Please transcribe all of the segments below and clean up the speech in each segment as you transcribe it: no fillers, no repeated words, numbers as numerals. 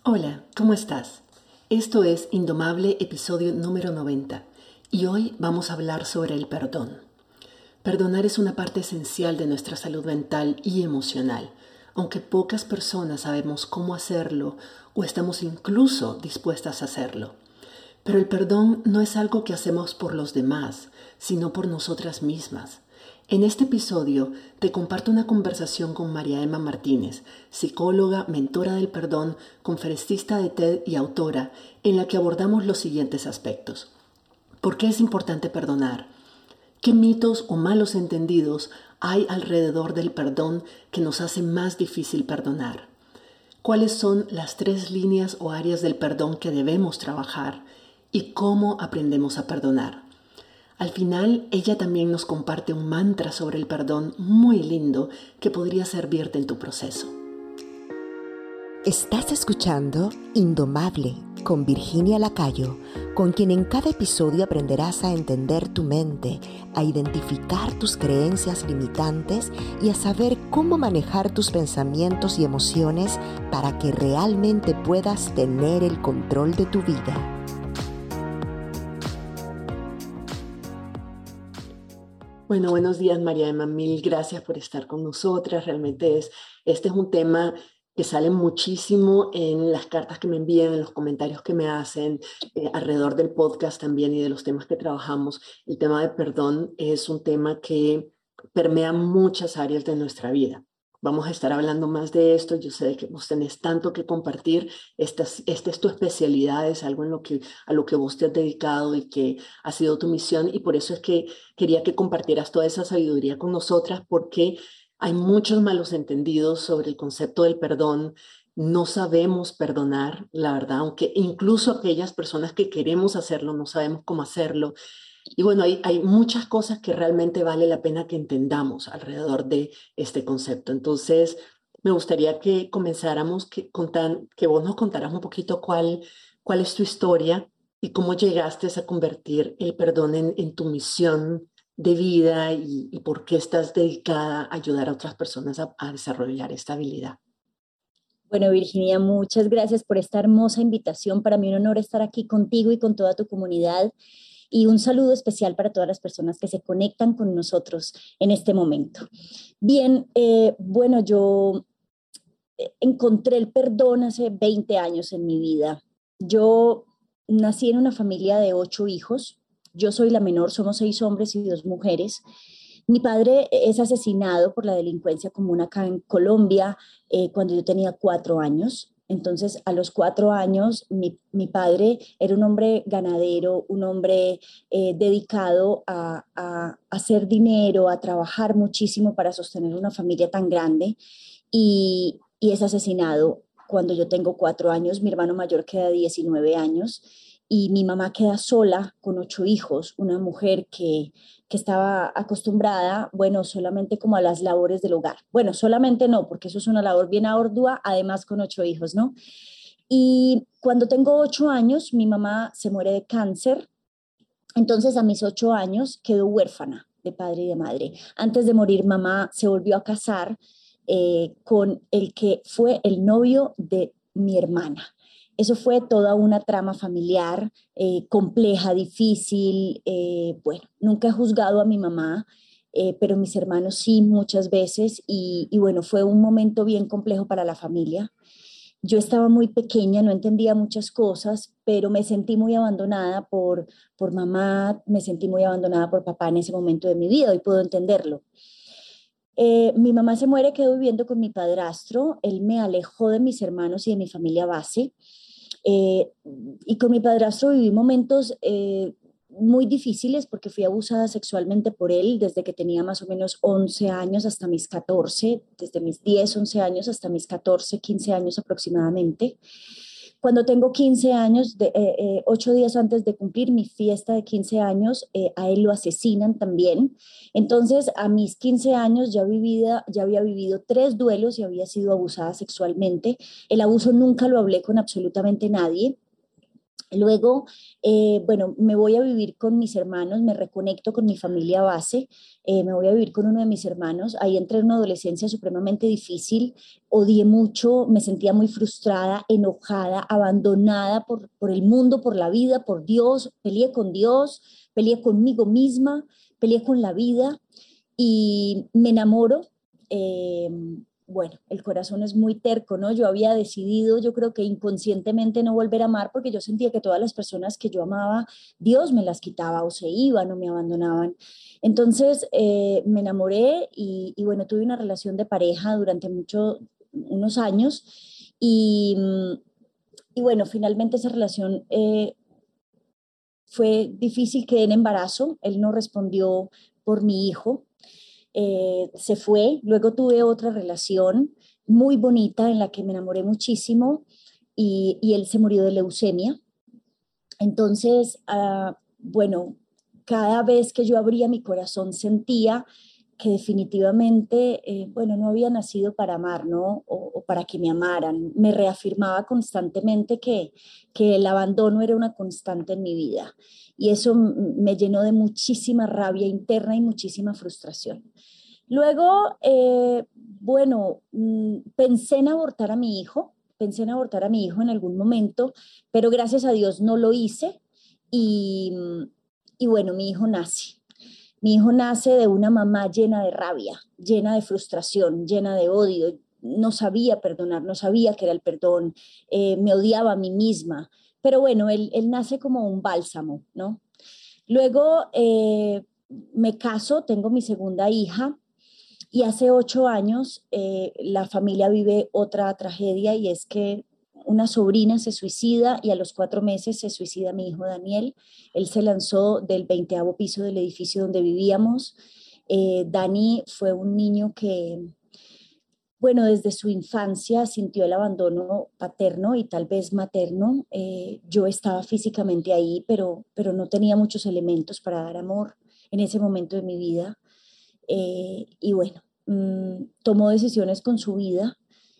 Hola, ¿cómo estás? Esto es Indomable, episodio número 90, y hoy vamos a hablar sobre el perdón. Perdonar es una parte esencial de nuestra salud mental y emocional, aunque pocas personas sabemos cómo hacerlo o estamos incluso dispuestas a hacerlo. Pero el perdón no es algo que hacemos por los demás, sino por nosotras mismas. En este episodio te comparto una conversación con María Emma Martínez, psicóloga, mentora del perdón, conferencista de TED y autora, en la que abordamos los siguientes aspectos. ¿Por qué es importante perdonar? ¿Qué mitos o malos entendidos hay alrededor del perdón que nos hace más difícil perdonar? ¿Cuáles son las 3 líneas o áreas del perdón que debemos trabajar? ¿Y cómo aprendemos a perdonar? Al final, ella también nos comparte un mantra sobre el perdón muy lindo que podría servirte en tu proceso. Estás escuchando Indomable con Virginia Lacayo, con quien en cada episodio aprenderás a entender tu mente, a identificar tus creencias limitantes y a saber cómo manejar tus pensamientos y emociones para que realmente puedas tener el control de tu vida. Bueno, buenos días, María Emma. Mil gracias por estar con nosotras. Realmente este es un tema que sale muchísimo en las cartas que me envían, en los comentarios que me hacen, alrededor del podcast también y de los temas que trabajamos. El tema de perdón es un tema que permea muchas áreas de nuestra vida. Vamos a estar hablando más de esto. Yo sé que vos tenés tanto que compartir. Esta es tu especialidad, es algo a lo que vos te has dedicado y que ha sido tu misión, y por eso es que quería que compartieras toda esa sabiduría con nosotras, porque hay muchos malos entendidos sobre el concepto del perdón. No sabemos perdonar, la verdad, aunque incluso aquellas personas que queremos hacerlo no sabemos cómo hacerlo. Y bueno, hay muchas cosas que realmente vale la pena que entendamos alrededor de este concepto. Entonces, me gustaría que comenzáramos, que vos nos contaras un poquito cuál es tu historia y cómo llegaste a convertir el perdón en tu misión de vida, y por qué estás dedicada a ayudar a otras personas a desarrollar esta habilidad. Bueno, Virginia, muchas gracias por esta hermosa invitación. Para mí un honor estar aquí contigo y con toda tu comunidad. Y un saludo especial para todas las personas que se conectan con nosotros en este momento. Bien, bueno, yo encontré el perdón hace 20 años en mi vida. Yo nací en una familia de 8 hijos. Yo soy la menor, somos 6 hombres y 2 mujeres. Mi padre es asesinado por la delincuencia común acá en Colombia cuando yo tenía 4 años. Entonces, a los 4 años, mi padre era un hombre ganadero, un hombre dedicado a hacer dinero, a trabajar muchísimo para sostener una familia tan grande, y es asesinado cuando yo tengo 4 años. Mi hermano mayor queda 19 años y mi mamá queda sola con 8 hijos, una mujer que estaba acostumbrada, bueno, solamente como a las labores del hogar. Bueno, solamente no, porque eso es una labor bien ardua, además con 8 hijos, ¿no? Y cuando tengo 8 años, mi mamá se muere de cáncer. Entonces, a mis 8 años quedo huérfana de padre y de madre. Antes de morir, mamá se volvió a casar con el que fue el novio de mi hermana. Eso fue toda una trama familiar compleja, difícil. Bueno, nunca he juzgado a mi mamá, pero mis hermanos sí, muchas veces. Y bueno, fue un momento bien complejo para la familia. Yo estaba muy pequeña, no entendía muchas cosas, pero me sentí muy abandonada por mamá, me sentí muy abandonada por papá en ese momento de mi vida y puedo entenderlo. Mi mamá se muere, quedo viviendo con mi padrastro. Él me alejó de mis hermanos y de mi familia base. Eh, y con mi padrastro viví momentos muy difíciles porque fui abusada sexualmente por él desde que tenía más o menos 11 años hasta mis 14, desde mis 10 11 años hasta mis 14 15 años aproximadamente. Cuando tengo 15 años, 8 días antes de cumplir mi fiesta de 15 años, a él lo asesinan también. Entonces, a mis 15 años ya había vivido 3 duelos y había sido abusada sexualmente. El abuso nunca lo hablé con absolutamente nadie. Luego, bueno, me voy a vivir con mis hermanos, me reconecto con mi familia base, me voy a vivir con uno de mis hermanos. Ahí entré en una adolescencia supremamente difícil, odié mucho, me sentía muy frustrada, enojada, abandonada por el mundo, por la vida, por Dios, peleé conmigo misma, peleé con la vida y me enamoro. eh, bueno, el corazón es muy terco, ¿no? Yo había decidido, yo creo que inconscientemente no volver a amar porque yo sentía que todas las personas que yo amaba, Dios me las quitaba o se iban o me abandonaban. Entonces me enamoré y bueno, tuve una relación de pareja durante unos años y bueno, finalmente esa relación fue difícil, quedé en embarazo, él no respondió por mi hijo, se fue, luego tuve otra relación muy bonita en la que me enamoré muchísimo y él se murió de leucemia. Entonces, bueno, cada vez que yo abría mi corazón sentía que definitivamente, bueno, no había nacido para amar, ¿no? O para que me amaran. Me reafirmaba constantemente que el abandono era una constante en mi vida. Y eso me llenó de muchísima rabia interna y muchísima frustración. Luego, bueno, pensé en abortar a mi hijo, pensé en abortar a mi hijo en algún momento, pero gracias a Dios no lo hice y, y bueno, mi hijo nace. Mi hijo nace de una mamá llena de rabia, llena de frustración, llena de odio. No sabía perdonar, no sabía qué era el perdón, me odiaba a mí misma. Pero bueno, él nace como un bálsamo, ¿no? Luego me caso, tengo mi segunda hija y hace 8 años la familia vive otra tragedia y es que una sobrina se suicida y a los 4 meses se suicida mi hijo Daniel. Él se lanzó del 20º piso del edificio donde vivíamos. Dani fue un niño que, bueno, desde su infancia sintió el abandono paterno y tal vez materno. Yo estaba físicamente ahí, pero no tenía muchos elementos para dar amor en ese momento de mi vida. Y bueno, tomó decisiones con su vida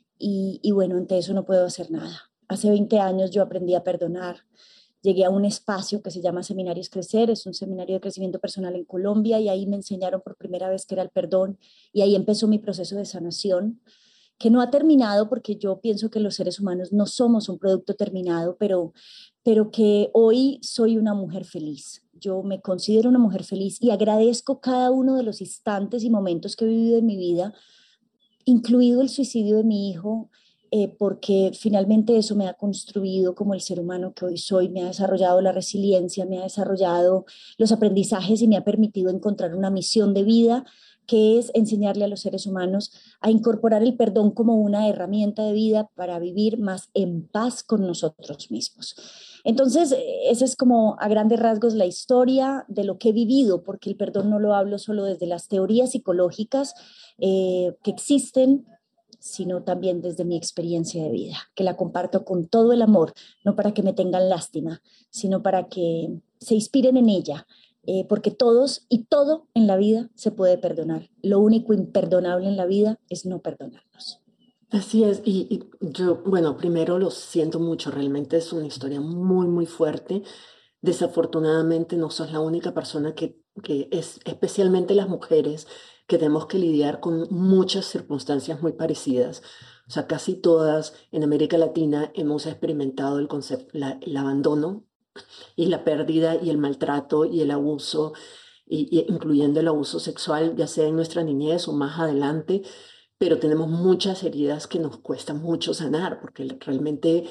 y bueno, ante eso no puedo hacer nada. Hace 20 años yo aprendí a perdonar. Llegué a un espacio que se llama Seminarios Crecer, es un seminario de crecimiento personal en Colombia y ahí me enseñaron por primera vez qué era el perdón y ahí empezó mi proceso de sanación, que no ha terminado porque yo pienso que los seres humanos no somos un producto terminado, pero que hoy soy una mujer feliz. Yo me considero una mujer feliz y agradezco cada uno de los instantes y momentos que he vivido en mi vida, incluido el suicidio de mi hijo, porque finalmente eso me ha construido como el ser humano que hoy soy, me ha desarrollado la resiliencia, me ha desarrollado los aprendizajes y me ha permitido encontrar una misión de vida que es enseñarle a los seres humanos a incorporar el perdón como una herramienta de vida para vivir más en paz con nosotros mismos. Entonces, esa es como a grandes rasgos la historia de lo que he vivido, porque el perdón no lo hablo solo desde las teorías psicológicas que existen, sino también desde mi experiencia de vida, que la comparto con todo el amor, no para que me tengan lástima, sino para que se inspiren en ella, porque todos y todo en la vida se puede perdonar. Lo único imperdonable en la vida es no perdonarnos. Así es, y yo, bueno, primero lo siento mucho, realmente es una historia muy, muy fuerte. Desafortunadamente no sos la única persona que es, especialmente las mujeres, que tenemos que lidiar con muchas circunstancias muy parecidas. O sea, casi todas en América Latina hemos experimentado el concepto, el abandono y la pérdida y el maltrato y el abuso, y incluyendo el abuso sexual, ya sea en nuestra niñez o más adelante, pero tenemos muchas heridas que nos cuesta mucho sanar, porque realmente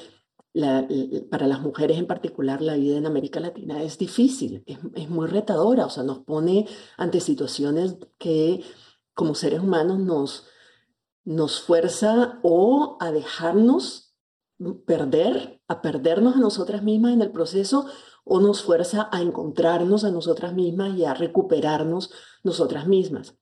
para las mujeres en particular la vida en América Latina es difícil, es muy retadora, o sea, nos pone ante situaciones que como seres humanos nos fuerza o a dejarnos perder, a perdernos a nosotras mismas en el proceso, o nos fuerza a encontrarnos a nosotras mismas y a recuperarnos nosotras mismas.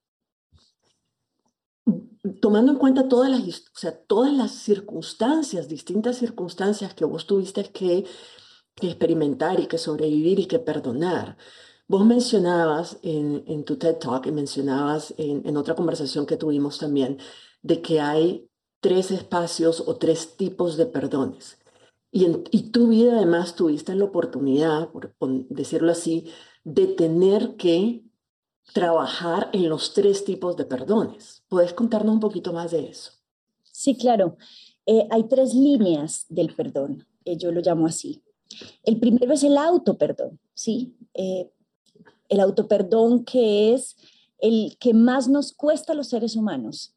Tomando en cuenta o sea, todas las circunstancias, distintas circunstancias que vos tuviste que experimentar y que sobrevivir y que perdonar. Vos mencionabas en tu TED Talk y mencionabas en otra conversación que tuvimos también de que hay tres espacios o tres tipos de perdones. Y tu vida además tuviste la oportunidad, por decirlo así, de tener que trabajar en los tres tipos de perdones. ¿Puedes contarnos un poquito más de eso? Sí, claro. Hay tres líneas del perdón, yo lo llamo así. El primero es el autoperdón, ¿sí? El autoperdón que es el que más nos cuesta a los seres humanos,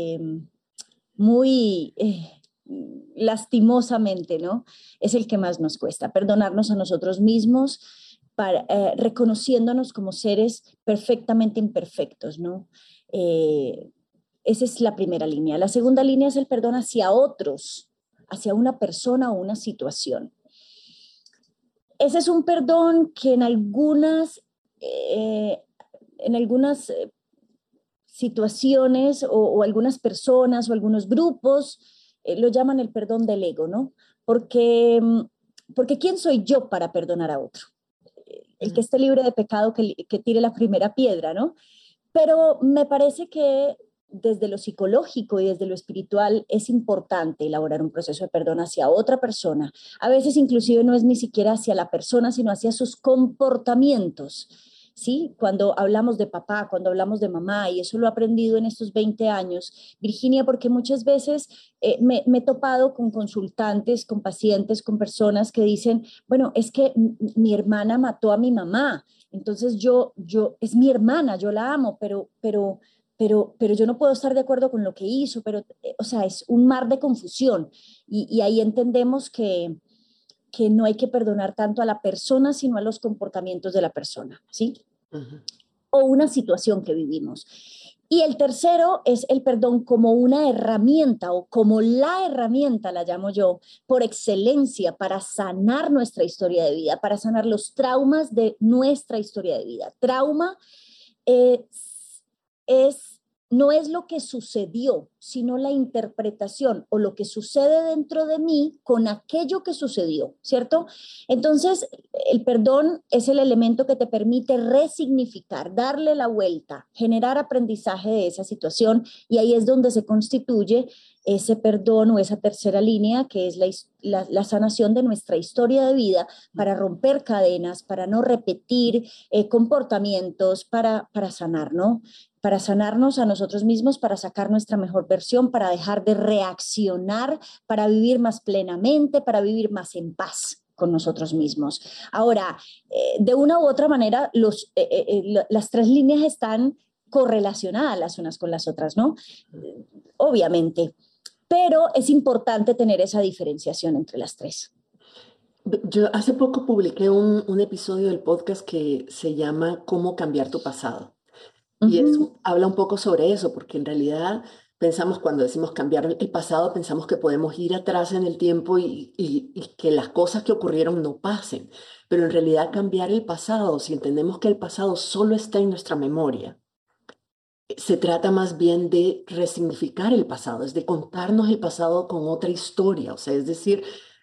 muy lastimosamente, ¿no? Es el que más nos cuesta, perdonarnos a nosotros mismos, reconociéndonos como seres perfectamente imperfectos, ¿no? Esa es la primera línea. La segunda línea es el perdón hacia otros, hacia una persona o una situación. Ese es un perdón que en algunas situaciones o algunas personas o algunos grupos lo llaman el perdón del ego, ¿no? Porque, porque ¿quién soy yo para perdonar a otro? El que esté libre de pecado que tire la primera piedra, ¿no? Pero me parece que desde lo psicológico y desde lo espiritual es importante elaborar un proceso de perdón hacia otra persona. A veces inclusive no es ni siquiera hacia la persona, sino hacia sus comportamientos. ¿Sí? Cuando hablamos de papá, cuando hablamos de mamá, y eso lo he aprendido en estos 20 años, Virginia, porque muchas veces me he topado con consultantes, con pacientes, con personas que dicen, bueno, es que mi hermana mató a mi mamá, entonces es mi hermana, yo la amo, pero yo no puedo estar de acuerdo con lo que hizo, o sea, es un mar de confusión. Y ahí entendemos que no hay que perdonar tanto a la persona, sino a los comportamientos de la persona, ¿sí? Uh-huh. O una situación que vivimos. Y el tercero es el perdón como una herramienta o como la herramienta, la llamo yo, por excelencia para sanar nuestra historia de vida, para sanar los traumas de nuestra historia de vida. Trauma es no es lo que sucedió, sino la interpretación o lo que sucede dentro de mí con aquello que sucedió, ¿cierto? Entonces, el perdón es el elemento que te permite resignificar, darle la vuelta, generar aprendizaje de esa situación, y ahí es donde se constituye ese perdón o esa tercera línea, que es la sanación de nuestra historia de vida, para romper cadenas, para no repetir comportamientos, para sanar, ¿no? Para sanarnos a nosotros mismos, para sacar nuestra mejor versión, para dejar de reaccionar, para vivir más plenamente, para vivir más en paz con nosotros mismos. Ahora, de una u otra manera, las tres líneas están correlacionadas las unas con las otras, ¿no? Obviamente, pero es importante tener esa diferenciación entre las tres. Yo hace poco publiqué un episodio del podcast que se llama ¿Cómo cambiar tu pasado? Y habla un poco sobre eso, porque en realidad pensamos, cuando decimos cambiar el pasado, pensamos que podemos ir atrás en el tiempo y que las cosas que ocurrieron no pasen. Pero en realidad cambiar el pasado, si entendemos que el pasado solo está en nuestra memoria, se trata más bien de resignificar el pasado, es de contarnos el pasado con otra historia, o sea, es decir,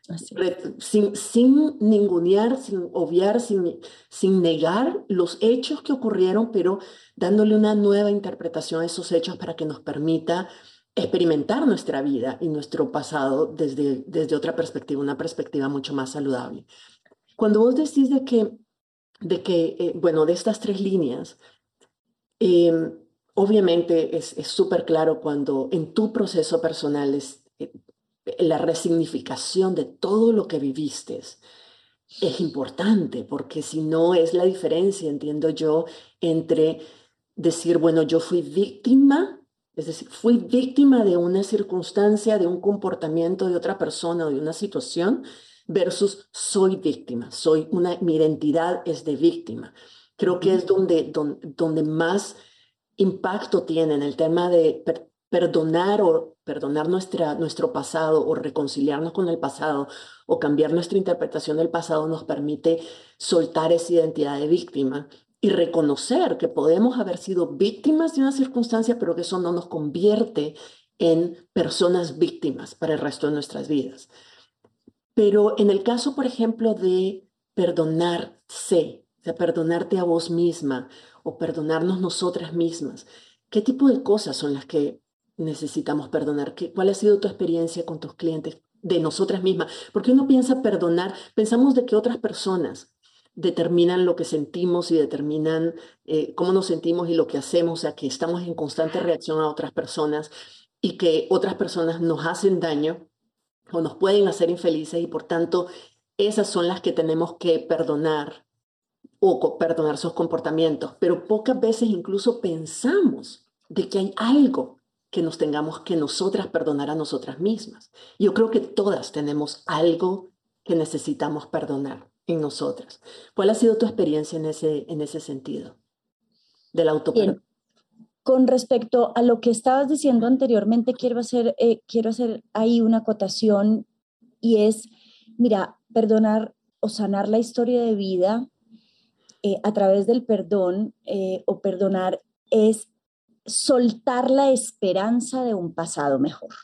sin ningunear, sin obviar, sin negar los hechos que ocurrieron, pero dándole una nueva interpretación a esos hechos para que nos permita experimentar nuestra vida y nuestro pasado desde otra perspectiva, una perspectiva mucho más saludable. Cuando vos decís bueno, de estas tres líneas, eh, obviamente es súper claro cuando en tu proceso personal la resignificación de todo lo que viviste es importante, porque si no es la diferencia, entiendo yo, entre decir, bueno, yo fui víctima, es decir, fui víctima de una circunstancia, de un comportamiento de otra persona o de una situación, versus soy víctima, mi identidad es de víctima. Creo que es donde más impacto tiene en el tema de perdonar nuestro pasado o reconciliarnos con el pasado o cambiar nuestra interpretación del pasado nos permite soltar esa identidad de víctima y reconocer que podemos haber sido víctimas de una circunstancia, pero que eso no nos convierte en personas víctimas para el resto de nuestras vidas. Pero en el caso, por ejemplo, de perdonarse, o sea, perdonarte a vos misma o perdonarnos nosotras mismas, ¿qué tipo de cosas son las que necesitamos perdonar? ¿Cuál ha sido tu experiencia con tus clientes de nosotras mismas. Porque uno piensa perdonar, pensamos de que otras personas determinan lo que sentimos y determinan cómo nos sentimos y lo que hacemos, o sea, que estamos en constante reacción a otras personas y que otras personas nos hacen daño o nos pueden hacer infelices y por tanto esas son las que tenemos que perdonar o perdonar sus comportamientos, pero pocas veces incluso pensamos de que hay algo que nos tengamos que nosotras perdonar a nosotras mismas. Yo creo que todas tenemos algo que necesitamos perdonar en nosotras. ¿Cuál ha sido tu experiencia en ese sentido del autoperdón? Bien. Con respecto a lo que estabas diciendo anteriormente, quiero hacer ahí una acotación y es, mira, perdonar o sanar la historia de vida a través del perdón o perdonar es soltar la esperanza de un pasado mejor.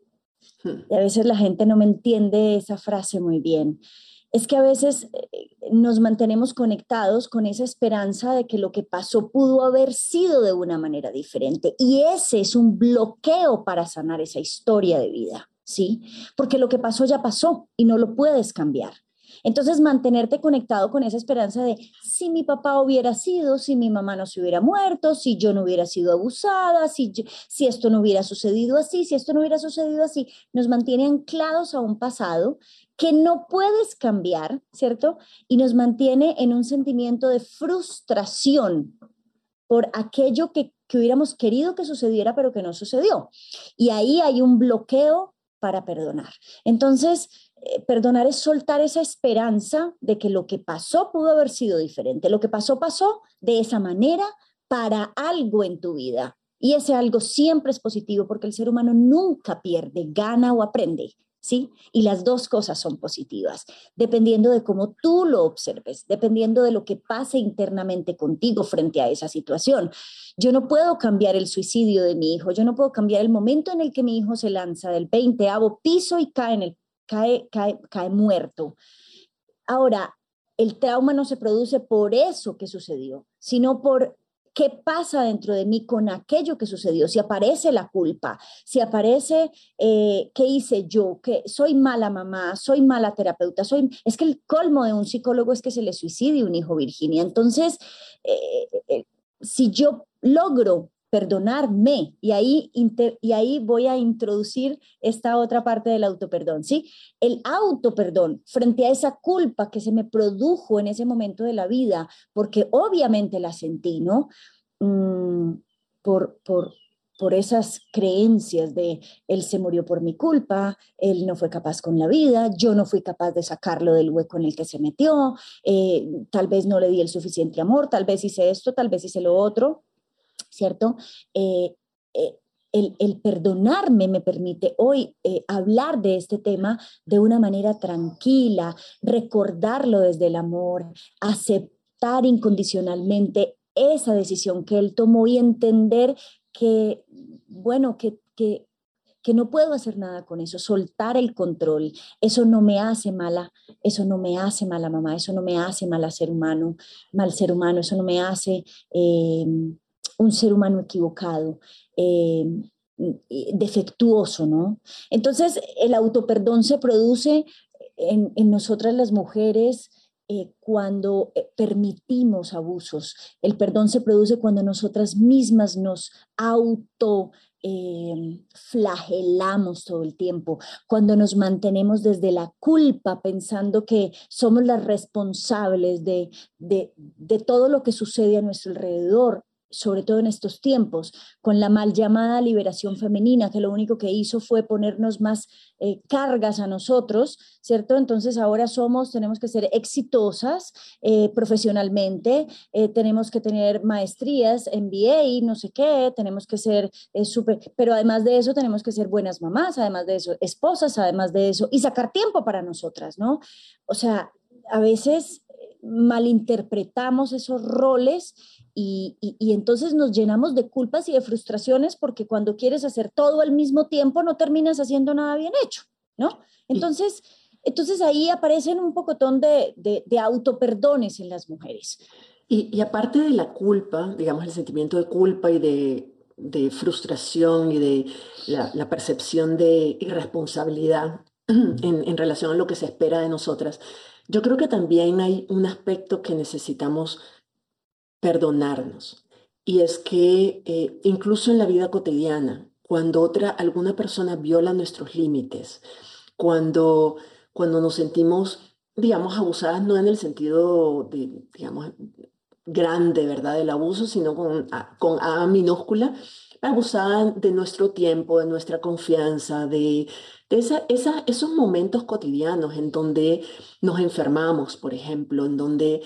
Y a veces la gente no me entiende esa frase muy bien. Es que a veces nos mantenemos conectados con esa esperanza de que lo que pasó pudo haber sido de una manera diferente. Y ese es un bloqueo para sanar esa historia de vida, ¿sí? Porque lo que pasó ya pasó y no lo puedes cambiar. Entonces, mantenerte conectado con esa esperanza de si mi papá hubiera sido, si mi mamá no se hubiera muerto, si yo no hubiera sido abusada, si esto no hubiera sucedido así, si esto no hubiera sucedido así, nos mantiene anclados a un pasado que no puedes cambiar, ¿cierto? Y nos mantiene en un sentimiento de frustración por aquello que hubiéramos querido que sucediera, pero que no sucedió. Y ahí hay un bloqueo para perdonar. Entonces, perdonar es soltar esa esperanza de que lo que pasó pudo haber sido diferente. Lo que pasó, pasó de esa manera para algo en tu vida. Y ese algo siempre es positivo porque el ser humano nunca pierde, gana o aprende, ¿sí? Y las dos cosas son positivas, dependiendo de cómo tú lo observes, dependiendo de lo que pase internamente contigo frente a esa situación. Yo no puedo cambiar el suicidio de mi hijo, yo no puedo cambiar el momento en el que mi hijo se lanza del 20º piso y cae muerto. Ahora, el trauma no se produce por eso que sucedió, sino por qué pasa dentro de mí con aquello que sucedió. Si aparece la culpa, si aparece qué hice yo, que soy mala mamá, soy mala terapeuta, es que el colmo de un psicólogo es que se le suicide un hijo, Virginia. Entonces, si yo logro perdonarme, y ahí voy a introducir esta otra parte del autoperdón, ¿sí? El autoperdón frente a esa culpa que se me produjo en ese momento de la vida, porque obviamente la sentí, ¿no? Mm, por, por, por esas creencias de él se murió por mi culpa, él no fue capaz con la vida, yo no fui capaz de sacarlo del hueco en el que se metió, tal vez no le di el suficiente amor, tal vez hice esto, tal vez hice lo otro, ¿cierto? Eh, eh, el perdonarme me permite hoy hablar de este tema de una manera tranquila, recordarlo desde el amor, aceptar incondicionalmente esa decisión que él tomó y entender que, bueno, que no puedo hacer nada con eso, soltar el control, eso no me hace mala, eso no me hace mala mamá, eso no me hace mal ser humano, eso no me hace un ser humano equivocado, defectuoso, ¿no? Entonces, el autoperdón se produce en nosotras las mujeres cuando permitimos abusos. El perdón se produce cuando nosotras mismas nos flagelamos todo el tiempo, cuando nos mantenemos desde la culpa pensando que somos las responsables de todo lo que sucede a nuestro alrededor, sobre todo en estos tiempos, con la mal llamada liberación femenina, que lo único que hizo fue ponernos más cargas a nosotros, ¿cierto? Entonces ahora tenemos que ser exitosas profesionalmente, tenemos que tener maestrías, MBA, no sé qué, tenemos que ser pero además de eso tenemos que ser buenas mamás, además de eso, esposas, además de eso, y sacar tiempo para nosotras, ¿no? O sea, a veces malinterpretamos esos roles y entonces nos llenamos de culpas y de frustraciones porque cuando quieres hacer todo al mismo tiempo no terminas haciendo nada bien hecho, ¿no? Entonces ahí aparecen un pocotón de autoperdones en las mujeres. Y aparte de la culpa, digamos, el sentimiento de culpa y de frustración y de la percepción de irresponsabilidad, en relación a lo que se espera de nosotras. Yo creo que también hay un aspecto que necesitamos perdonarnos. Y es que incluso en la vida cotidiana, cuando alguna persona viola nuestros límites, cuando, cuando nos sentimos, digamos, abusadas, no en el sentido de, digamos, grande, ¿verdad?, del abuso, sino con A minúscula, abusada de nuestro tiempo, de nuestra confianza, de esos momentos cotidianos en donde nos enfermamos, por ejemplo, en donde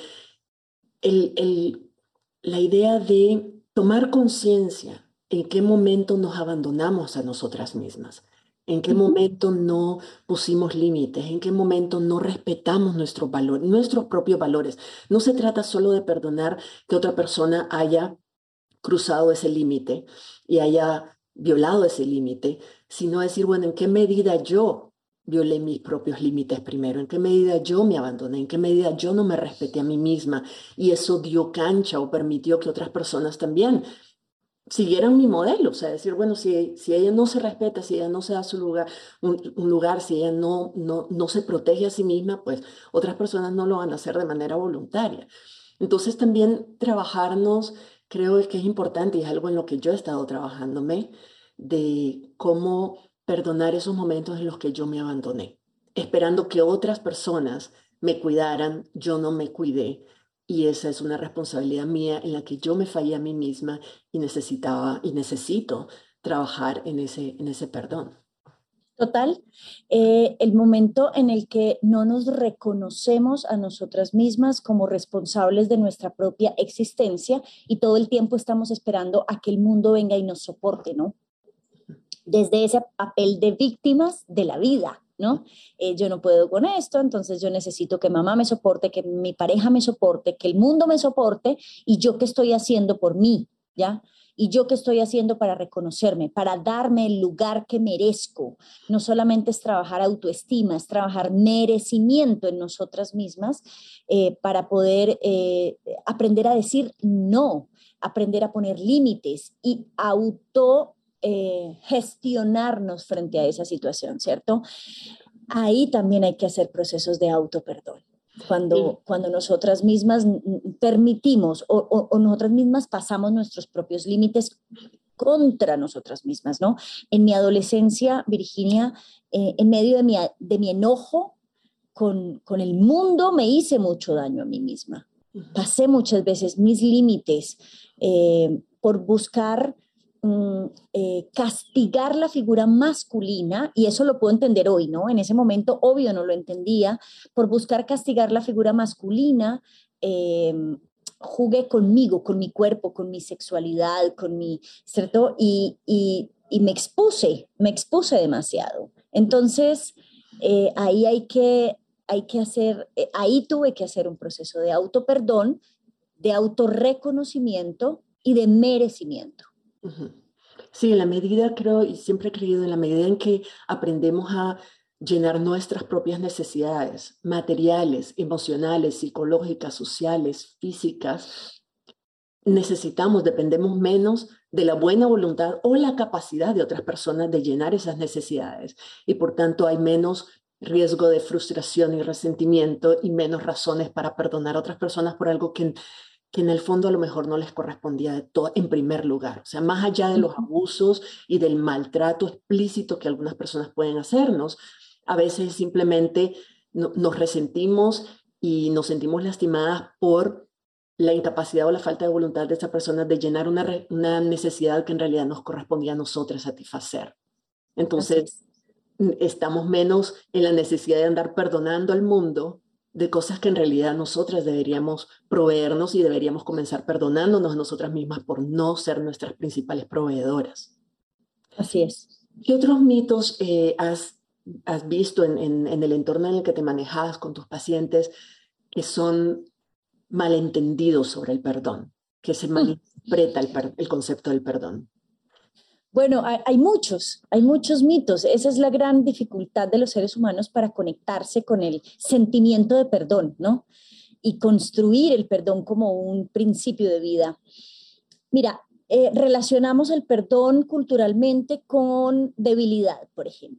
el, el, la idea de tomar conciencia en qué momento nos abandonamos a nosotras mismas, en qué Ujú. momento no pusimos límites, en qué momento no respetamos nuestros valores, nuestros propios valores. No se trata solo de perdonar que otra persona haya cruzado ese límite y haya violado ese límite, sino decir, bueno, ¿en qué medida yo violé mis propios límites primero? ¿En qué medida yo me abandoné? ¿En qué medida yo no me respeté a mí misma? Y eso dio cancha o permitió que otras personas también siguieran mi modelo, o sea, decir, bueno, si ella no se respeta, si ella no se da su lugar, un lugar, si ella no se protege a sí misma, pues otras personas no lo van a hacer de manera voluntaria. Entonces también trabajarnos, creo que es importante y es algo en lo que yo he estado trabajándome, de cómo perdonar esos momentos en los que yo me abandoné, esperando que otras personas me cuidaran, yo no me cuidé. Y esa es una responsabilidad mía en la que yo me fallé a mí misma y necesitaba y necesito trabajar en ese perdón. Total, el momento en el que no nos reconocemos a nosotras mismas como responsables de nuestra propia existencia y todo el tiempo estamos esperando a que el mundo venga y nos soporte, ¿no? Desde ese papel de víctimas de la vida, ¿no? Yo no puedo con esto, entonces yo necesito que mamá me soporte, que mi pareja me soporte, que el mundo me soporte, y yo qué estoy haciendo por mí, ¿ya? Y yo qué estoy haciendo para reconocerme, para darme el lugar que merezco. No solamente es trabajar autoestima, es trabajar merecimiento en nosotras mismas, para poder aprender a decir no, aprender a poner límites y gestionarnos frente a esa situación, ¿cierto? Ahí también hay que hacer procesos de autoperdón. Sí, Cuando nosotras mismas permitimos o nosotras mismas pasamos nuestros propios límites contra nosotras mismas, ¿no? En mi adolescencia, Virginia, en medio de mi enojo con el mundo, me hice mucho daño a mí misma. Pasé muchas veces mis límites por buscar castigar la figura masculina, y eso lo puedo entender hoy, ¿no? En ese momento, obvio, no lo entendía, por buscar castigar la figura masculina, eh, jugué conmigo, con mi cuerpo, con mi sexualidad, con mi, ¿cierto? Y me expuse demasiado. Entonces, ahí hay que hacer, ahí tuve que hacer un proceso de autoperdón, de autorreconocimiento y de merecimiento. ujú. Sí, en la medida, creo, y siempre he creído, en la medida en que aprendemos a llenar nuestras propias necesidades materiales, emocionales, psicológicas, sociales, físicas, dependemos menos de la buena voluntad o la capacidad de otras personas de llenar esas necesidades. Y por tanto hay menos riesgo de frustración y resentimiento y menos razones para perdonar a otras personas por algo que en el fondo a lo mejor no les correspondía en primer lugar. O sea, más allá de los abusos y del maltrato explícito que algunas personas pueden hacernos, a veces simplemente nos resentimos y nos sentimos lastimadas por la incapacidad o la falta de voluntad de esa persona de llenar una necesidad que en realidad nos correspondía a nosotras satisfacer. Así Entonces, es. estamos menos en la necesidad de andar perdonando al mundo de cosas que en realidad nosotras deberíamos proveernos y deberíamos comenzar perdonándonos a nosotras mismas por no ser nuestras principales proveedoras. Así es. ¿Qué otros mitos has visto en el entorno en el que te manejas con tus pacientes que son malentendidos sobre el perdón, que se malinterpreta el concepto del perdón? Bueno, hay muchos mitos. Esa es la gran dificultad de los seres humanos para conectarse con el sentimiento de perdón, ¿no? Y construir el perdón como un principio de vida. Mira, relacionamos el perdón culturalmente con debilidad, por ejemplo.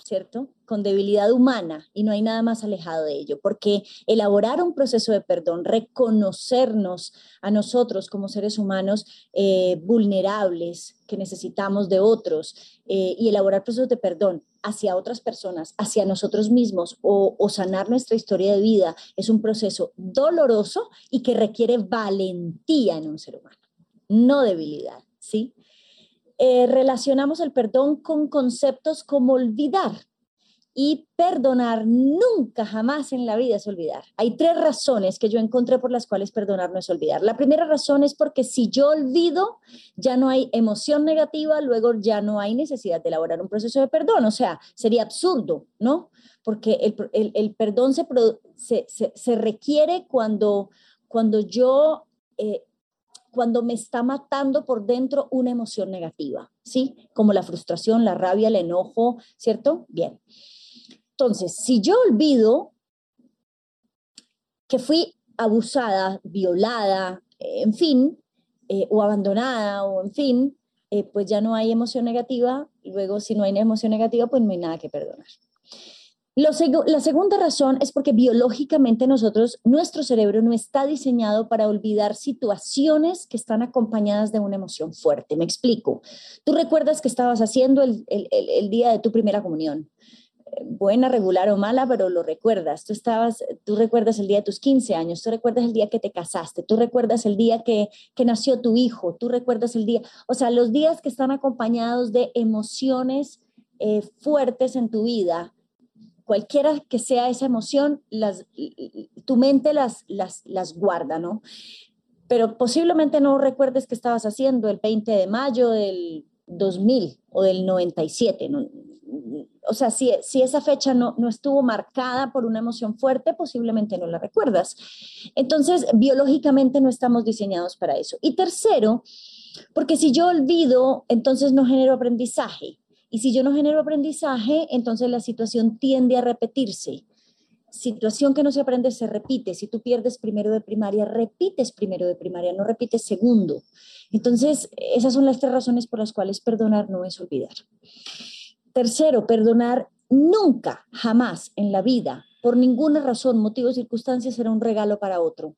¿cierto? Con debilidad humana, y no hay nada más alejado de ello, porque elaborar un proceso de perdón, reconocernos a nosotros como seres humanos vulnerables, que necesitamos de otros, y elaborar procesos de perdón hacia otras personas, hacia nosotros mismos, o sanar nuestra historia de vida, es un proceso doloroso y que requiere valentía en un ser humano, no debilidad, ¿sí? Relacionamos el perdón con conceptos como olvidar, y perdonar nunca, jamás en la vida es olvidar. Hay 3 razones que yo encontré por las cuales perdonar no es olvidar. La primera razón es porque si yo olvido, ya no hay emoción negativa, luego ya no hay necesidad de elaborar un proceso de perdón. O sea, sería absurdo, ¿no? Porque el perdón se requiere cuando yo... cuando me está matando por dentro una emoción negativa, ¿sí? Como la frustración, la rabia, el enojo, ¿cierto? Bien. Entonces, si yo olvido que fui abusada, violada, en fin, o abandonada, o en fin, pues ya no hay emoción negativa. Luego, si no hay emoción negativa, pues no hay nada que perdonar. La segunda razón es porque biológicamente nuestro cerebro no está diseñado para olvidar situaciones que están acompañadas de una emoción fuerte. Me explico. Tú recuerdas que estabas haciendo el día de tu primera comunión. Buena, regular o mala, pero lo recuerdas. Tú recuerdas el día de tus 15 años, tú recuerdas el día que te casaste, tú recuerdas el día que nació tu hijo, tú recuerdas el día, o sea, los días que están acompañados de emociones fuertes en tu vida. Cualquiera que sea esa emoción, tu mente las guarda, ¿no? Pero posiblemente no recuerdes qué estabas haciendo el 20 de mayo del 2000 o del 97, ¿no? O sea, si esa fecha no estuvo marcada por una emoción fuerte, posiblemente no la recuerdas. Entonces, biológicamente no estamos diseñados para eso. Y tercero, porque si yo olvido, entonces no genero aprendizaje. Y si yo no genero aprendizaje, entonces la situación tiende a repetirse. Situación que no se aprende se repite. Si tú pierdes primero de primaria, repites primero de primaria, no repites segundo. Entonces, esas son las 3 razones por las cuales perdonar no es olvidar. Tercero, perdonar nunca, jamás en la vida, por ninguna razón, motivo o circunstancia, será un regalo para otro.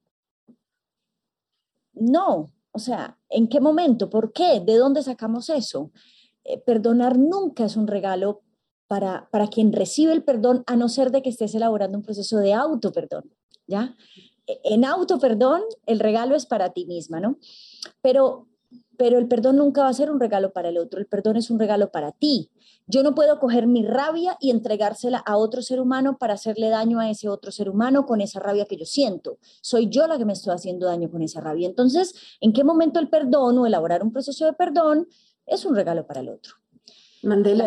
No, o sea, ¿en qué momento? ¿Por qué? ¿De dónde sacamos eso? Perdonar nunca es un regalo para quien recibe el perdón, a no ser de que estés elaborando un proceso de autoperdón, ¿ya? En autoperdón, el regalo es para ti misma, ¿no? Pero el perdón nunca va a ser un regalo para el otro, el perdón es un regalo para ti. Yo no puedo coger mi rabia y entregársela a otro ser humano para hacerle daño a ese otro ser humano con esa rabia que yo siento. Soy yo la que me estoy haciendo daño con esa rabia. Entonces, ¿en qué momento el perdón o elaborar un proceso de perdón es un regalo para el otro? Mandela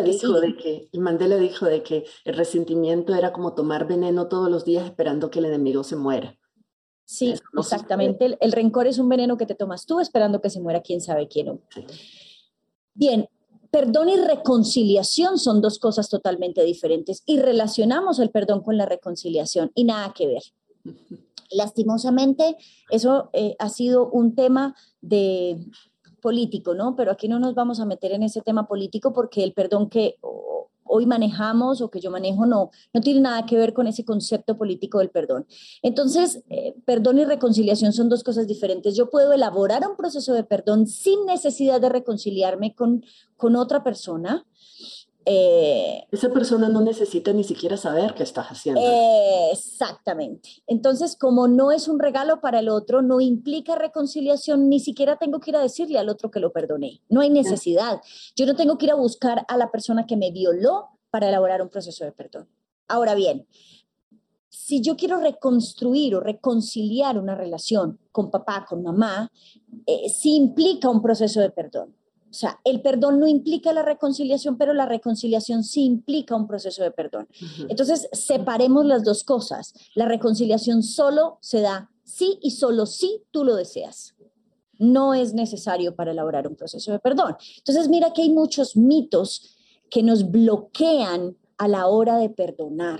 dijo de que el resentimiento era como tomar veneno todos los días esperando que el enemigo se muera. Sí, no exactamente. El rencor es un veneno que te tomas tú esperando que se muera quién sabe quién. ¿No? Sí. Bien, perdón y reconciliación son 2 cosas totalmente diferentes y relacionamos el perdón con la reconciliación y nada que ver. Lastimosamente, eso ha sido un tema político, ¿no? Pero aquí no nos vamos a meter en ese tema político porque el perdón que hoy manejamos o que yo manejo no tiene nada que ver con ese concepto político del perdón. Entonces, perdón y reconciliación son 2 cosas diferentes. Yo puedo elaborar un proceso de perdón sin necesidad de reconciliarme con otra persona. Esa persona no necesita ni siquiera saber qué estás haciendo. Exactamente. Entonces, como no es un regalo para el otro, no implica reconciliación, ni siquiera tengo que ir a decirle al otro que lo perdoné. No hay necesidad. Yo no tengo que ir a buscar a la persona que me violó para elaborar un proceso de perdón. Ahora bien, si yo quiero reconstruir o reconciliar una relación con papá, con mamá, sí implica un proceso de perdón. O sea, el perdón no implica la reconciliación, pero la reconciliación sí implica un proceso de perdón. Entonces, separemos las 2 cosas. La reconciliación solo se da sí y solo si tú lo deseas. No es necesario para elaborar un proceso de perdón. Entonces, mira que hay muchos mitos que nos bloquean a la hora de perdonar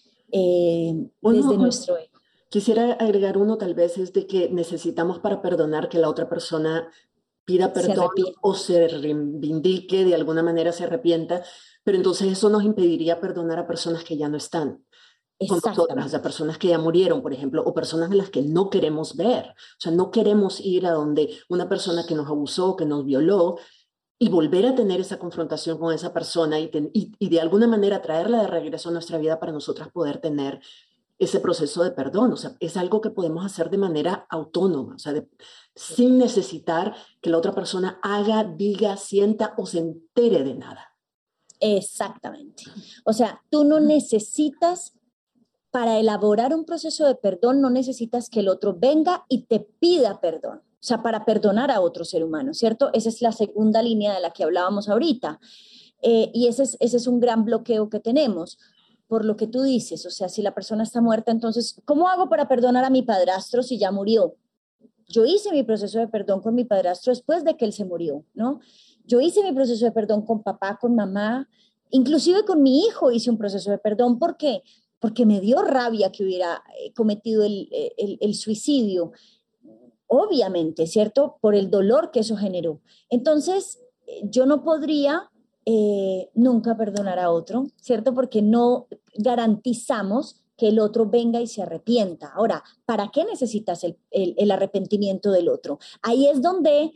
desde nuestro ego. Quisiera agregar uno, tal vez, es de que necesitamos para perdonar que la otra persona pida perdón o se reivindique, de alguna manera se arrepienta, Pero entonces eso nos impediría perdonar a personas que ya no están con nosotras, Exactamente. a personas que ya murieron, por ejemplo, o personas de las que no queremos ver. O sea, no queremos ir a donde una persona que nos abusó, que nos violó, y volver a tener esa confrontación con esa persona y de alguna manera traerla de regreso a nuestra vida para nosotras poder tener ese proceso de perdón. O sea, es algo que podemos hacer de manera autónoma, o sea, sin necesitar que la otra persona haga, diga, sienta o se entere de nada. Exactamente. O sea, tú no necesitas, para elaborar un proceso de perdón, no necesitas que el otro venga y te pida perdón. O sea, para perdonar a otro ser humano, ¿cierto? Esa es la segunda línea de la que hablábamos ahorita. Y ese es un gran bloqueo que tenemos, por lo que tú dices. O sea, si la persona está muerta, entonces, ¿cómo hago para perdonar a mi padrastro si ya murió? Yo hice mi proceso de perdón con mi padrastro después de que él se murió, ¿no? Yo hice mi proceso de perdón con papá, con mamá, inclusive con mi hijo hice un proceso de perdón. ¿Por qué? Porque me dio rabia que hubiera cometido el suicidio, obviamente, ¿cierto? Por el dolor que eso generó. Entonces, yo no podría nunca perdonar a otro, ¿cierto? Porque no garantizamos que el otro venga y se arrepienta. Ahora, ¿para qué necesitas el arrepentimiento del otro? Ahí es donde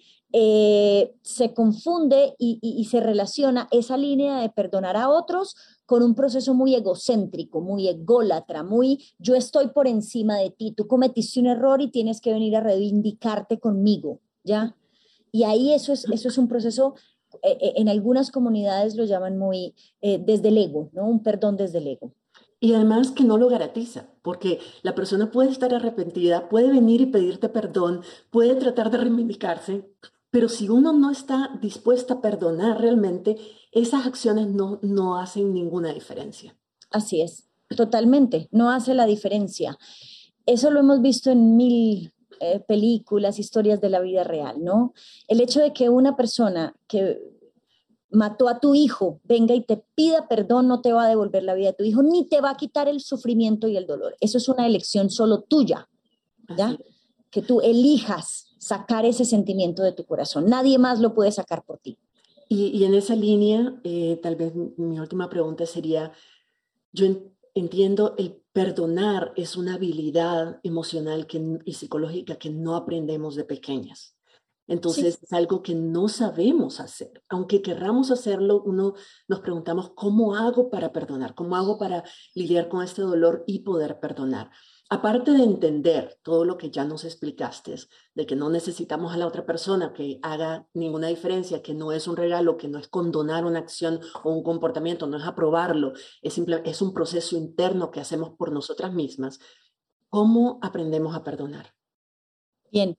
se confunde y se relaciona esa línea de perdonar a otros con un proceso muy egocéntrico, muy ególatra, muy yo estoy por encima de ti, tú cometiste un error y tienes que venir a reivindicarte conmigo, ¿ya? Y ahí eso es un proceso, en algunas comunidades lo llaman muy desde el ego, ¿no? Un perdón desde el ego. Y además que no lo garantiza, porque la persona puede estar arrepentida, puede venir y pedirte perdón, puede tratar de reivindicarse, pero si uno no está dispuesta a perdonar realmente, esas acciones no hacen ninguna diferencia. Así es, totalmente, no hace la diferencia. Eso lo hemos visto en mil películas, historias de la vida real, ¿no? El hecho de que una persona que mató a tu hijo venga y te pida perdón no te va a devolver la vida de tu hijo, ni te va a quitar el sufrimiento y el dolor. Eso es una elección solo tuya, Así ¿ya? es. Que tú elijas sacar ese sentimiento de tu corazón. Nadie más lo puede sacar por ti. Y en esa línea, tal vez mi última pregunta sería, yo entiendo el perdonar es una habilidad emocional y psicológica que no aprendemos de pequeñas. Sí. Entonces es algo que no sabemos hacer. Aunque querramos hacerlo, uno nos preguntamos, ¿cómo hago para perdonar? ¿Cómo hago para lidiar con este dolor y poder perdonar? Aparte de entender todo lo que ya nos explicaste, de que no necesitamos a la otra persona que haga ninguna diferencia, que no es un regalo, que no es condonar una acción o un comportamiento, no es aprobarlo, es un proceso interno que hacemos por nosotras mismas. ¿Cómo aprendemos a perdonar? Bien.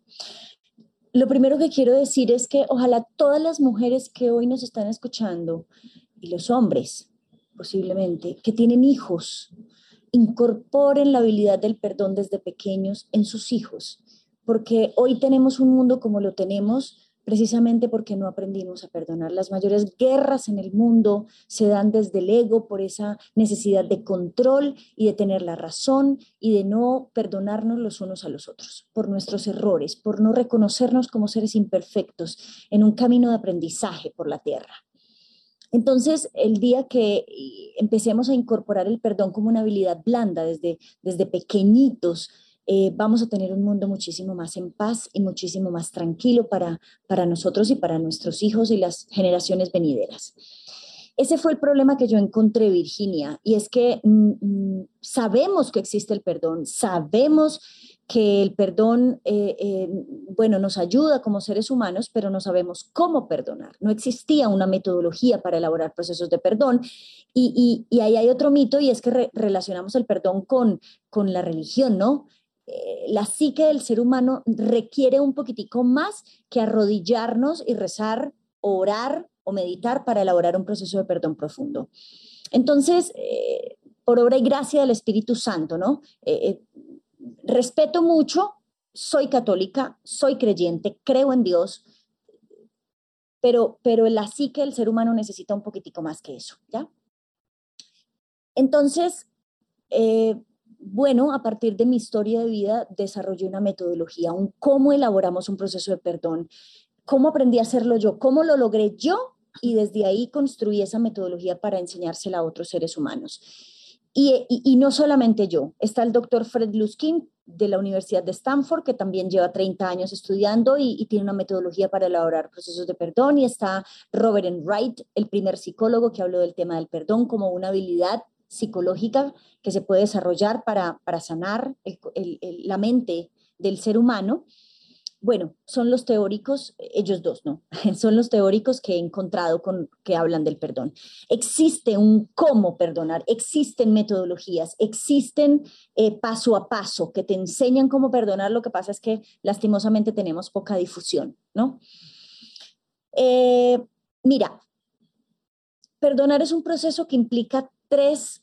Lo primero que quiero decir es que ojalá todas las mujeres que hoy nos están escuchando y los hombres posiblemente que tienen hijos incorporen la habilidad del perdón desde pequeños en sus hijos, porque hoy tenemos un mundo como lo tenemos precisamente porque no aprendimos a perdonar. Las mayores guerras en el mundo se dan desde el ego por esa necesidad de control y de tener la razón y de no perdonarnos los unos a los otros por nuestros errores, por no reconocernos como seres imperfectos en un camino de aprendizaje por la tierra. Entonces, el día que empecemos a incorporar el perdón como una habilidad blanda desde pequeñitos, vamos a tener un mundo muchísimo más en paz y muchísimo más tranquilo para nosotros y para nuestros hijos y las generaciones venideras. Ese fue el problema que yo encontré, Virginia, y es que sabemos que existe el perdón, sabemos que el perdón, bueno, nos ayuda como seres humanos, pero no sabemos cómo perdonar. No existía una metodología para elaborar procesos de perdón. Y ahí hay otro mito, y es que relacionamos el perdón con la religión, ¿no? La psique del ser humano requiere un poquitico más que arrodillarnos y rezar, orar o meditar para elaborar un proceso de perdón profundo. Entonces, por obra y gracia del Espíritu Santo, ¿no? Respeto mucho, soy católica, soy creyente, creo en Dios, pero la psique del ser humano necesita un poquitico más que eso, ¿ya? Entonces, bueno, a partir de mi historia de vida desarrollé una metodología, un cómo elaboramos un proceso de perdón, cómo aprendí a hacerlo yo, cómo lo logré yo. y desde ahí construí esa metodología para enseñársela a otros seres humanos. Y no solamente yo, está el doctor Fred Luskin de la Universidad de Stanford, que también lleva 30 años estudiando y tiene una metodología para elaborar procesos de perdón, y está Robert Enright, el primer psicólogo que habló del tema del perdón como una habilidad psicológica que se puede desarrollar para sanar la mente del ser humano. Bueno, son los teóricos, ellos dos, ¿no? Son los teóricos que he encontrado que hablan del perdón. Existe un cómo perdonar, existen metodologías, existen paso a paso que te enseñan cómo perdonar. Lo que pasa es que lastimosamente tenemos poca difusión, ¿no? Mira, perdonar es un proceso que implica tres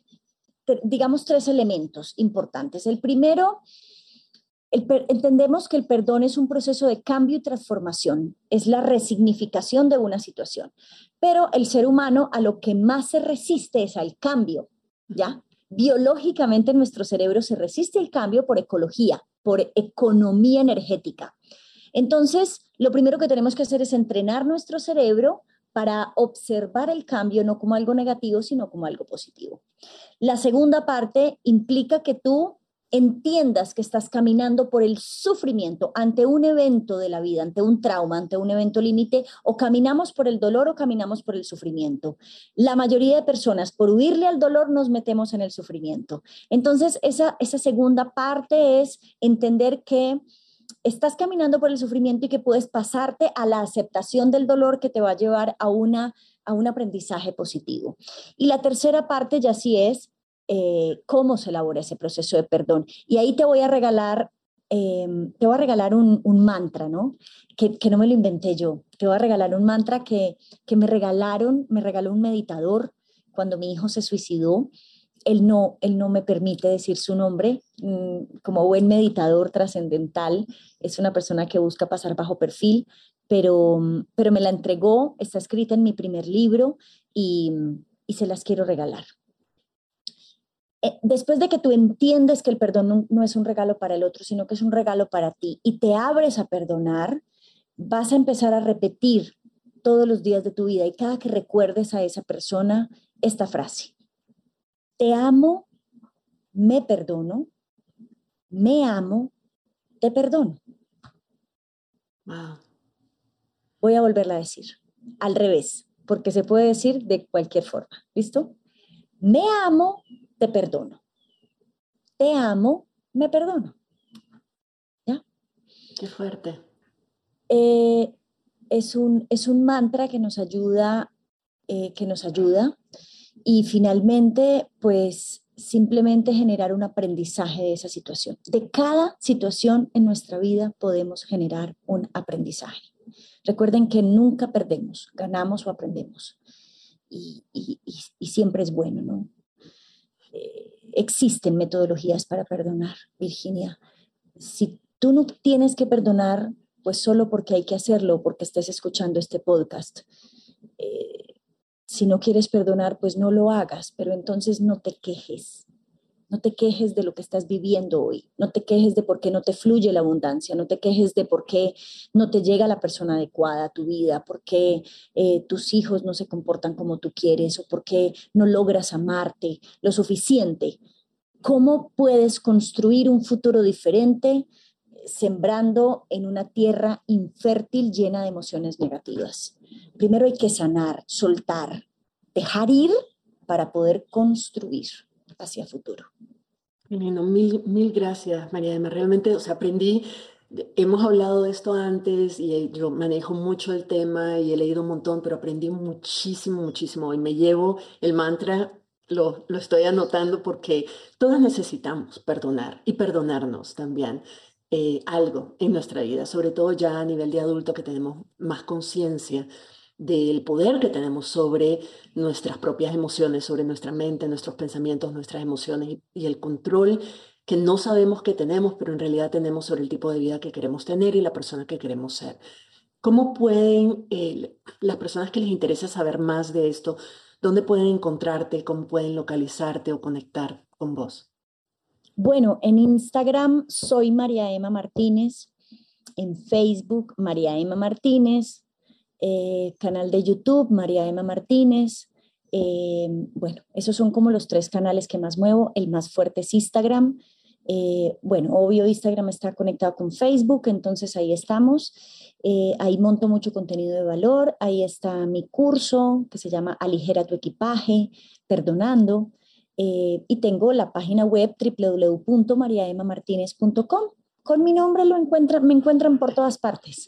elementos importantes. El primero, entendemos que el perdón es un proceso de cambio y transformación, es la resignificación de una situación, pero el ser humano a lo que más se resiste es al cambio, ¿ya? Biológicamente nuestro cerebro se resiste al cambio por ecología, por economía energética. Entonces, lo primero que tenemos que hacer es entrenar nuestro cerebro para observar el cambio no como algo negativo, sino como algo positivo. La segunda parte implica que tú entiendas que estás caminando por el sufrimiento ante un evento de la vida, ante un trauma, ante un evento límite, o caminamos por el dolor o caminamos por el sufrimiento. La mayoría de personas, por huirle al dolor, nos metemos en el sufrimiento. Entonces, esa segunda parte es entender que estás caminando por el sufrimiento y que puedes pasarte a la aceptación del dolor que te va a llevar a un aprendizaje positivo. Y la tercera parte ya sí es cómo se elabora ese proceso de perdón. Y ahí te voy a regalar un mantra, ¿no? Que no me lo inventé yo. Te voy a regalar un mantra que me regaló un meditador cuando mi hijo se suicidó. Él no me permite decir su nombre. Como buen meditador trascendental, es una persona que busca pasar bajo perfil, pero me la entregó, está escrita en mi primer libro y se las quiero regalar. Después de que tú entiendes que el perdón no es un regalo para el otro, sino que es un regalo para ti y te abres a perdonar, vas a empezar a repetir todos los días de tu vida y cada que recuerdes a esa persona esta frase: te amo, me perdono, me amo, te perdono. Wow. Voy a volverla a decir, al revés, porque se puede decir de cualquier forma. ¿Listo? Me amo, te perdono. Te amo, me perdono. ¿Ya? Qué fuerte. Es un mantra que nos ayuda, y finalmente, pues simplemente generar un aprendizaje de esa situación. De cada situación en nuestra vida podemos generar un aprendizaje. Recuerden que nunca perdemos, ganamos o aprendemos. Y siempre es bueno, ¿no? Existen metodologías para perdonar, Virginia. Si tú no tienes que perdonar, pues solo porque hay que hacerlo, porque estés escuchando este podcast. Si no quieres perdonar, pues no lo hagas, pero entonces no te quejes. No te quejes de lo que estás viviendo hoy. No te quejes de por qué no te fluye la abundancia. No te quejes de por qué no te llega la persona adecuada a tu vida, por qué tus hijos no se comportan como tú quieres o por qué no logras amarte lo suficiente. ¿Cómo puedes construir un futuro diferente sembrando en una tierra infértil llena de emociones negativas? Primero hay que sanar, soltar, dejar ir para poder construir hacia futuro. Lindo, mil gracias, María Emma. Realmente, o sea, aprendí, hemos hablado de esto antes y yo manejo mucho el tema y he leído un montón, pero aprendí muchísimo, muchísimo. Y me llevo el mantra, lo estoy anotando porque todos necesitamos perdonar y perdonarnos también algo en nuestra vida, sobre todo ya a nivel de adulto que tenemos más conciencia del poder que tenemos sobre nuestras propias emociones, sobre nuestra mente, nuestros pensamientos, nuestras emociones y el control que no sabemos que tenemos, pero en realidad tenemos sobre el tipo de vida que queremos tener y la persona que queremos ser. ¿Cómo pueden las personas que les interesa saber más de esto, dónde pueden encontrarte, cómo pueden localizarte o conectar con vos? Bueno, en Instagram soy María Emma Martínez, en Facebook María Emma Martínez, canal de YouTube, María Emma Martínez. Bueno, esos son como los 3 canales que más muevo. El más fuerte es Instagram. Bueno, obvio, Instagram está conectado con Facebook, entonces ahí estamos. Ahí monto mucho contenido de valor. Ahí está mi curso que se llama Aligera tu equipaje, perdonando. Y tengo la página web www.mariaemamartinez.com. Con mi nombre me encuentran por todas partes.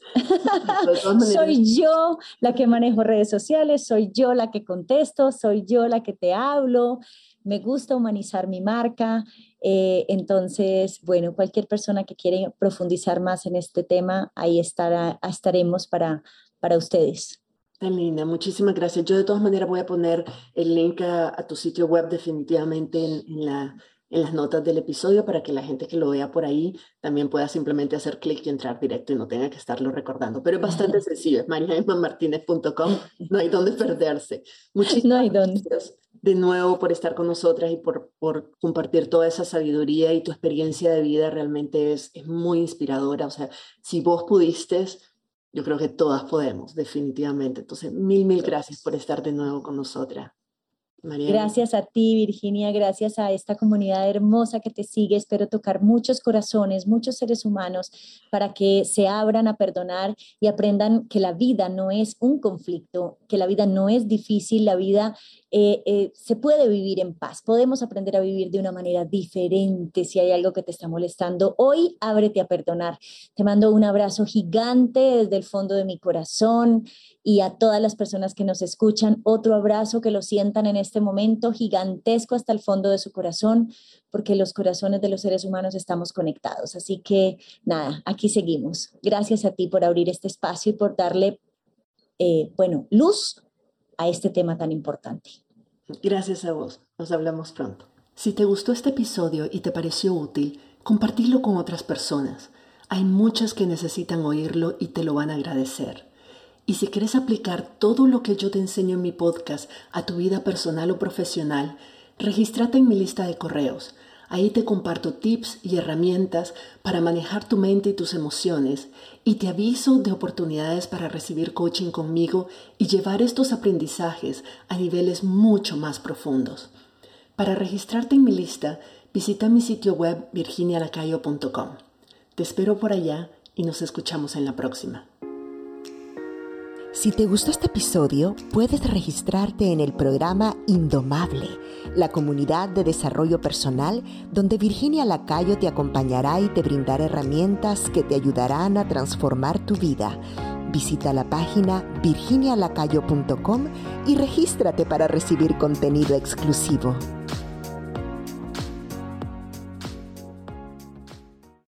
Soy yo la que manejo redes sociales, soy yo la que contesto, soy yo la que te hablo. Me gusta humanizar mi marca. Entonces, bueno, cualquier persona que quiera profundizar más en este tema, ahí estaremos para ustedes. Tan linda, muchísimas gracias. Yo de todas maneras voy a poner el link a tu sitio web definitivamente en las notas del episodio para que la gente que lo vea por ahí también pueda simplemente hacer clic y entrar directo y no tenga que estarlo recordando. Pero es bastante sencillo, es mariaemamartinez.com, no hay dónde perderse. Muchísimas gracias de nuevo por estar con nosotras y por compartir toda esa sabiduría, y tu experiencia de vida realmente es muy inspiradora. O sea, si vos pudiste, yo creo que todas podemos, definitivamente. Entonces, mil gracias por estar de nuevo con nosotras. Mariana. Gracias a ti, Virginia, gracias a esta comunidad hermosa que te sigue. Espero tocar muchos corazones, muchos seres humanos, para que se abran a perdonar y aprendan que la vida no es un conflicto, que la vida no es difícil, la vida se puede vivir en paz. Podemos aprender a vivir de una manera diferente. Si hay algo que te está molestando hoy, ábrete a perdonar. Te mando un abrazo gigante desde el fondo de mi corazón, y a todas las personas que nos escuchan, otro abrazo, que lo sientan en este momento gigantesco hasta el fondo de su corazón, porque los corazones de los seres humanos estamos conectados. Así que nada, aquí seguimos. Gracias a ti por abrir este espacio y por darle, luz a este tema tan importante. Gracias a vos. Nos hablamos pronto. Si te gustó este episodio y te pareció útil, compartirlo con otras personas. Hay muchas que necesitan oírlo y te lo van a agradecer. Y si quieres aplicar todo lo que yo te enseño en mi podcast a tu vida personal o profesional, regístrate en mi lista de correos. Ahí te comparto tips y herramientas para manejar tu mente y tus emociones, y te aviso de oportunidades para recibir coaching conmigo y llevar estos aprendizajes a niveles mucho más profundos. Para registrarte en mi lista, visita mi sitio web virginialacayo.com. Te espero por allá y nos escuchamos en la próxima. Si te gustó este episodio, puedes registrarte en el programa Indomable, la comunidad de desarrollo personal donde Virginia Lacayo te acompañará y te brindará herramientas que te ayudarán a transformar tu vida. Visita la página virginialacayo.com y regístrate para recibir contenido exclusivo.